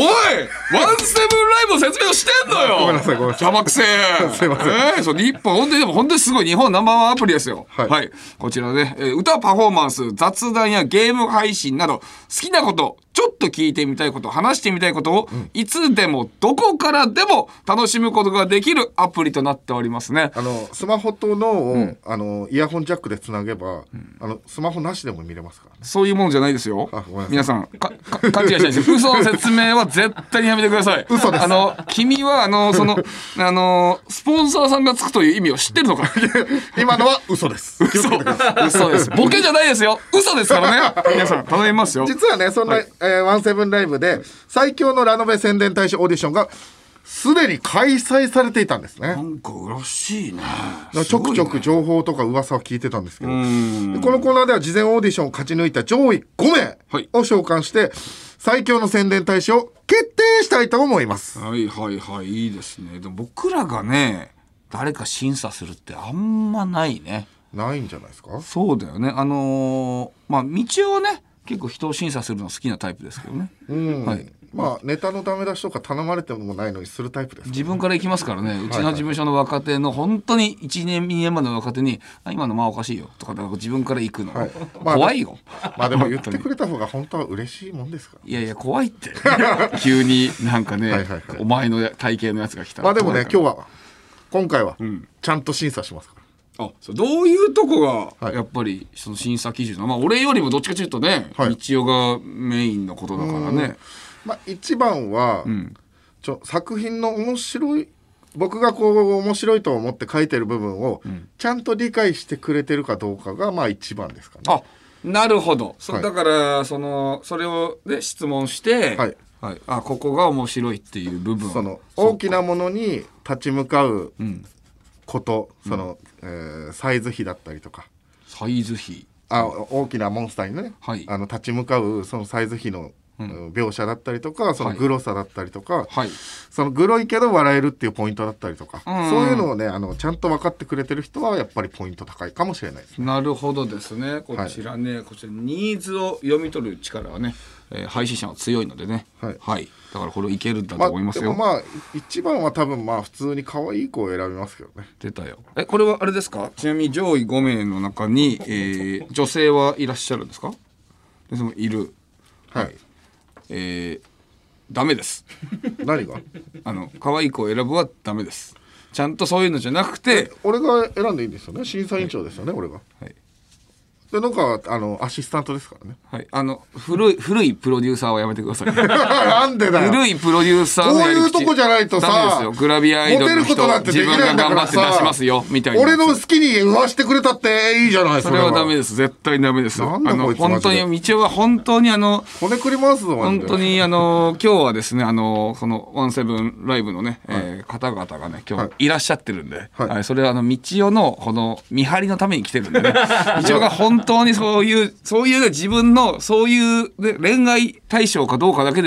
イブの説明をしてんのよ。 ごめんなさいごめんなさい邪魔くせえすいません、 えー、そう日本本当にでも本当にすごい日本ナンバーワンアプリですよ。はい、はい、こちらね、えー、歌パフォーマンス雑談やゲーム配信など好きなことちょっと聞いてみたいこと話してみたいことを、うん、いつでもどこからでも楽しむことができるアプリとなっておりますね。 あのスマホと脳を、うん、あのイヤホンジャックでつなげば、うん、あのスマホなしでも見れますからね。 そういうものじゃないですよ。皆さんかか勘違いしないですよ。嘘の説明は絶対にやめてください。 嘘です。 あの君はあのそのあのスポンサーさんがつくという意味を知ってるのか今のは嘘です。 嘘嘘です。ボケじゃないですよ。嘘ですからね。皆さん頼みますよ。 実はねそんな、はいえー、ワンセブンライブで最強のラノベ宣伝大使オーディションがすでに開催されていたんですね。 なんか嬉しいね。 ちょくちょく情報とか噂は聞いてたんですけど、このコーナーでは事前オーディションを勝ち抜いた上位ごめいを召喚して、はい、最強の宣伝大使を決定したいと思います。 はいはいはいいいですね。でも僕らがね誰か審査するってあんまないね。 ないんじゃないですか。 そうだよね。あのー、まあ道夫はね結構人を審査するの好きなタイプですけどね。うん、 はい。まあネタのダメ出しとか頼まれてもないのにするタイプです、ね、 自分から行きますからね。うちの事務所の若手の本当にいちねんにねんまでの若手にあ今のまあおかしいよとか自分から行くの、はいまあ、怖いよ。 まあでも言ってくれた方が本当は嬉しいもんですから、 いやいや怖いって急になんかねはいはい、はい、お前の体型のやつが来たら。 まあでもね今日は今回はちゃんと審査しますから、 うん、あそうどういうとこがやっぱりその審査基準の、まあ俺よりもどっちかというとね、はい、道夫がメインのことだからね。 まあ、一番は、うん、ちょ作品の面白い僕がこう面白いと思って書いてる部分を、うん、ちゃんと理解してくれてるかどうかがまあ一番ですかね。 あなるほど、はい、だからそのそれを、ね、質問して、はいはい、あここが面白いっていう部分その大きなものに立ち向かうこと、うん、その、えー、サイズ比だったりとかサイズ比あ大きなモンスターにね、はい、あの立ち向かうそのサイズ比のうん、描写だったりとかそのグロさだったりとか、はい、そのグロいけど笑えるっていうポイントだったりとか、うん、そういうのをねあのちゃんと分かってくれてる人はやっぱりポイント高いかもしれないですね。 なるほどですね。こちらね、はい、こちらニーズを読み取る力はね、えー、配信者は強いのでね、はいはい、だからこれいけるんだと思いますよ。 まあ、でもまあ一番は多分まあ普通に可愛い子を選びますけどね。 出たよ。えこれはあれですか。ちなみに上位ごめいの中に、えー、女性はいらっしゃるんですか。でそのいるはい。 えー、ダメです何があの可愛い子を選ぶはダメです。ちゃんとそういうのじゃなくて俺が選んでいいんですよね。審査委員長ですよね、はい、俺が、はい、でなんかあのアシスタントですからね、 はい、あの古い古いプロデューサーはやめてくださいなんでだよ。 古いプロデューサーのやり口こういうとこじゃないとさダメですよ。グラビアアイドルの人自分が頑張って出しますよみたいな。 俺の好きに言わしてくれたっていいじゃない。 それはダメです。絶対ダメです。あの本当に道夫は本当にあの骨くり回すぞ本当にあの今日はですねあのそのワンセブンライブのね、はいえー、方々がね今日いらっしゃってるんで、はいはい、それはあの道夫のこの見張りのために来てるんでね道夫が本当にそういうそういう自分のそういう、ね、恋愛対象かどうかだけで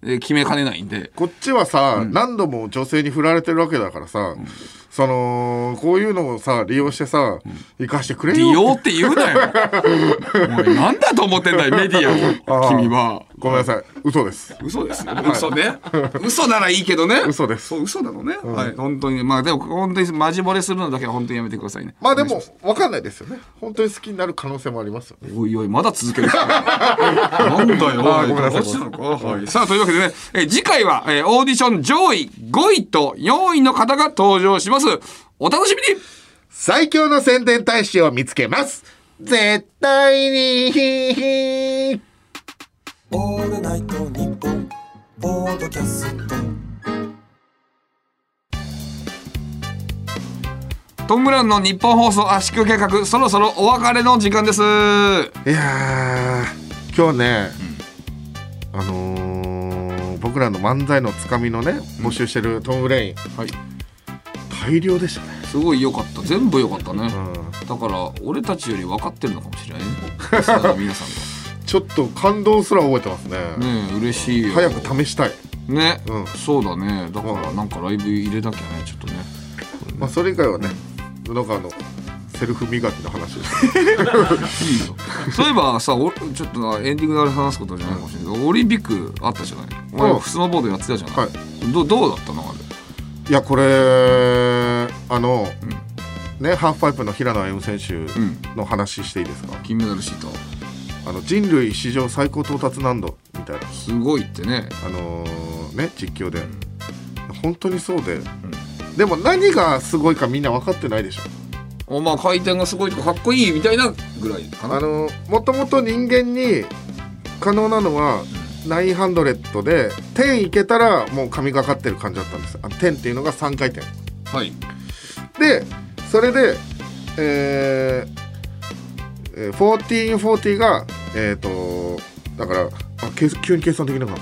えー決めかねないんで。 こっちはさ、何度も女性に振られてるわけだからさ、そのこういうのをさ利用してさ、生かしてくれよ。 利用って言うなよ。おい、なんだと思ってんだよメディアを。君は。 ごめんなさい、嘘です。 嘘ですよ、嘘ね。嘘ならいいけどね。 嘘です。 そう、嘘なのね。はい、本当に。まあでも本当にマジ惚れするのだけは本当にやめてくださいね。 まあでも分かんないですよね。本当に好きになる可能性もありますよね。 おいおい、まだ続ける。なんだよ。 あーごめんなさいどうしたのか。はい。さあ、というわけでね、えー次回は、えーオーディション上位ごいとよんいの方が登場します。お楽しみに。 最強の宣伝大使を見つけます。絶対に。 オールナイトニッポンポッドキャスト。 トム・ブラウンの日本放送圧縮計画、そろそろお別れの時間です。 いやー、今日ね、あのー、僕らの漫才のつかみのね募集してるトム・ブレイン、 はい、 大量でしたね。 すごい良かった。全部良かったね。 うん、 だから俺たちより分かってるのかもしれないね。リスナーの皆さんちょっと感動すら覚えてますね。 が。ねえ、嬉しいよ。 早く試したい。 ね、 うん、 そうだね。だからなんかライブ入れなきゃね、ちょっとね。 まあそれ以外はね、布川のセルフ磨きの話です。 いいよ。そういえばさ、おちょっとエンディングで話すことじゃないかもしれないけど、オリンピックあったじゃない。 うん俺スノーボードやってたじゃない。 はい。 どどうだったのあれ。 いやこれあの、うん、ねハーフパイプの平野歩夢選手の話していいですか。 金メダルシート。 あの人類史上最高到達難度みたいな。 すごいってね。 あのー、ね実況で、うん、本当にそうで、うん、でも何がすごいかみんな分かってないでしょ。 おまあ回転がすごいとかかっこいいみたいなぐらいかな。 あのもともと人間に可能なのはきゅうひゃくで点いけたらもう神がかってる感じだったんです。あの点っていうのがさんかい転。 はい。 でそれでえー、えー、フォーティーンフォーティーがえっ、ー、とだからあ急に計算できなかった。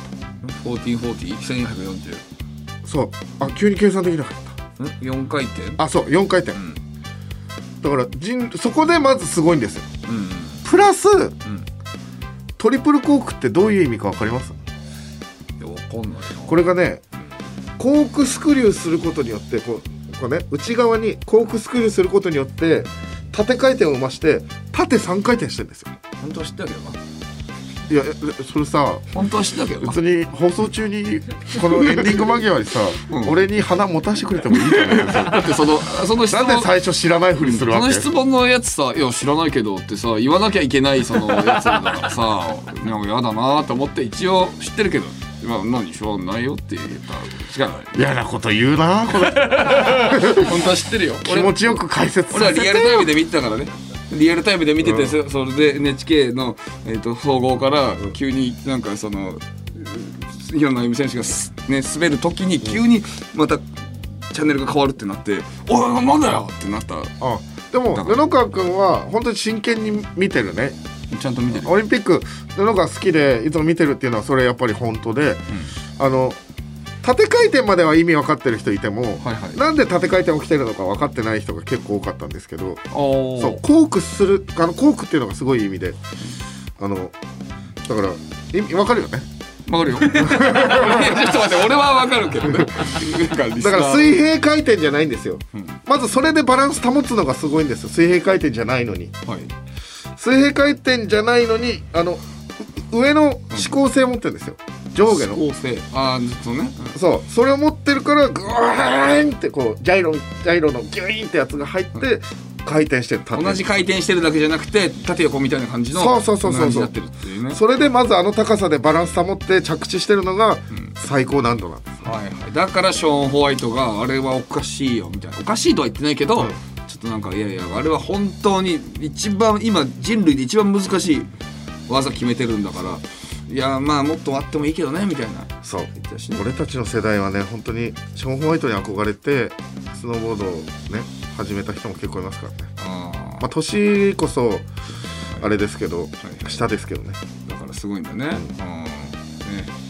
フォーティーンフォーティーせんよんひゃくよんじゅう。 そうあ急に計算できなかった。 よんかい転。 あそうよんかい転、うん、だから人そこでまずすごいんですよ、うん、プラス、うん、トリプルコークってどういう意味か分かります？ いや分かんないな。 これがねコークスクリューすることによってこう、こうね、内側にコークスクリューすることによって縦回転を増して縦さんかい転してるんですよ。 本当は知ってたけどな。 いやそれさ本当は知ってたけど別に放送中にこのエンディング間際にさ、うん、俺に花持たせてくれてもいいじゃないですか。 だってそのその質問なんで最初知らないふりするわけ？ その質問のやつさ、いや知らないけどってさ言わなきゃいけないそのやつだからさなんかやだなと思って一応知ってるけど、まあ、何しょうがないよって言ったらしかない。 嫌なこと言うなこれ。 本当は知ってるよ。 気持ちよく解説させてよ。 俺はリアルタイムで見てたからね。リアルタイムで見てて、うん、それで エヌエイチケー の、えー、と総合から急になんかその平野歩夢選手が、ね、滑る時に急にまたチャンネルが変わるってなって「おいなんだよ!」ってなった。 あでも布川君は本当に真剣に見てるね。 ちゃんと見てる。 オリンピック布川好きでいつも見てるっていうのはそれやっぱり本当で、うん、あの縦回転までは意味分かってる人いても、はいはい、なんで縦回転起きてるのか分かってない人が結構多かったんですけど、そうコークするあのコークっていうのがすごい意味で、あのだから意味分かるよね。 分かるよ。ちょっと待って俺は分かるけどね。 だから水平回転じゃないんですよ、うん、まずそれでバランス保つのがすごいんですよ。水平回転じゃないのに、はい、水平回転じゃないのにあの上の指向性を持ってるんですよ、上下の指向性。ああそうね、 うん、そうそれを持ってるからグワーンってこうジャイロジャイロのギュイーンってやつが入って、うん回転してる。 同じ回転してるだけじゃなくて縦横みたいな感じのそうそうそうそうそう、ね、それでまずあの高さでバランス保って着地してるのが最高難度なんです、 うんはいはい、だからショーン・ホワイトがあれはおかしいよみたいな、おかしいとは言ってないけど、うん、ちょっとなんかいやいやあれは本当に一番今人類で一番難しい技決めてるんだからいやまあもっとあってもいいけどねみたいな。 そう俺たちの世代はね本当にショーン・ホワイトに憧れてスノーボードをね始めた人も結構いますからね。あまあ年こそあれですけど、はい、下ですけどね。 だからすごいんだね、うんうん、ね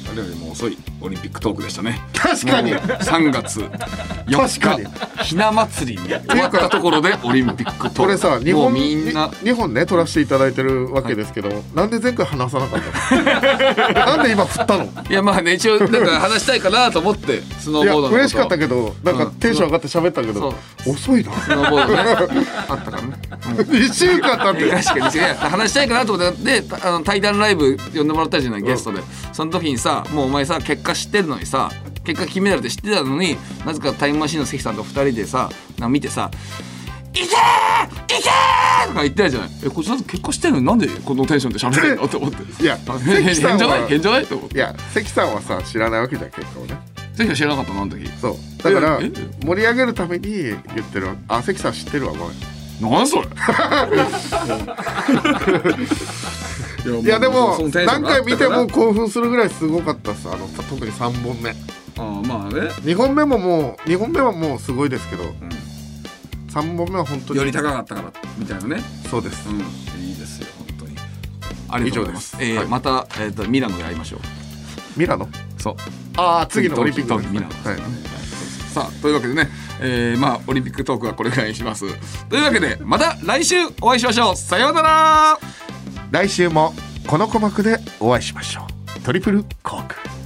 あれよりも遅いオリンピックトークでしたね。 確かにさんがつよっかひな祭りに終わったところでオリンピックトーク。 これさ日もう本みんな日本ね撮らせていただいてるわけですけど、はい、なんで前回話さなかったのなんで今振ったの。 いやまあね一応なんか話したいかなと思ってスノーボードのこと。 いや嬉しかったけどなんかテンション上がって喋ったけど、うん、遅いなスノーボードねあったからね、 うん、いっしゅうかん経って確かにいや話したいかなと思ってであの対談ライブ呼んでもらったじゃないゲストで、うん、その時にさもうお前さ結果知ってるのにさ結果金メダルって知ってたのになぜかタイムマシーンの関さんとふたりでさなんか見てさいけーいけーとか言ってないじゃない。えこっちだと結果知ってるのになんでこのテンションで喋れるのって思っていや変じゃない変じゃないと思って。 いや関さんはさ知らないわけじゃん結果をね。 関さん知らなかったのあの時。そうだから盛り上げるために言ってる。あ関さん知ってるわごめん。 なんそれいやでも何回見ても興奮するぐらいすごかったっす。あの特にさんぼんめ。 あまあねにほんめももうにほんめはもうすごいですけど、うん、さんぼんめは本当により高かったからみたいなね。 そうです、 うん、いいですよ本当にありがとうございます。以上です、えーはい、また、えー、とミラノで会いましょう。 ミラノそうああ次のオリンピックのミラノ、はい、さあというわけでね、えー、まあオリンピックトークはこれぐらいにします。というわけでまた来週お会いしましょう。さようなら。 来週もこの鼓膜でお会いしましょう。トリプルコーク。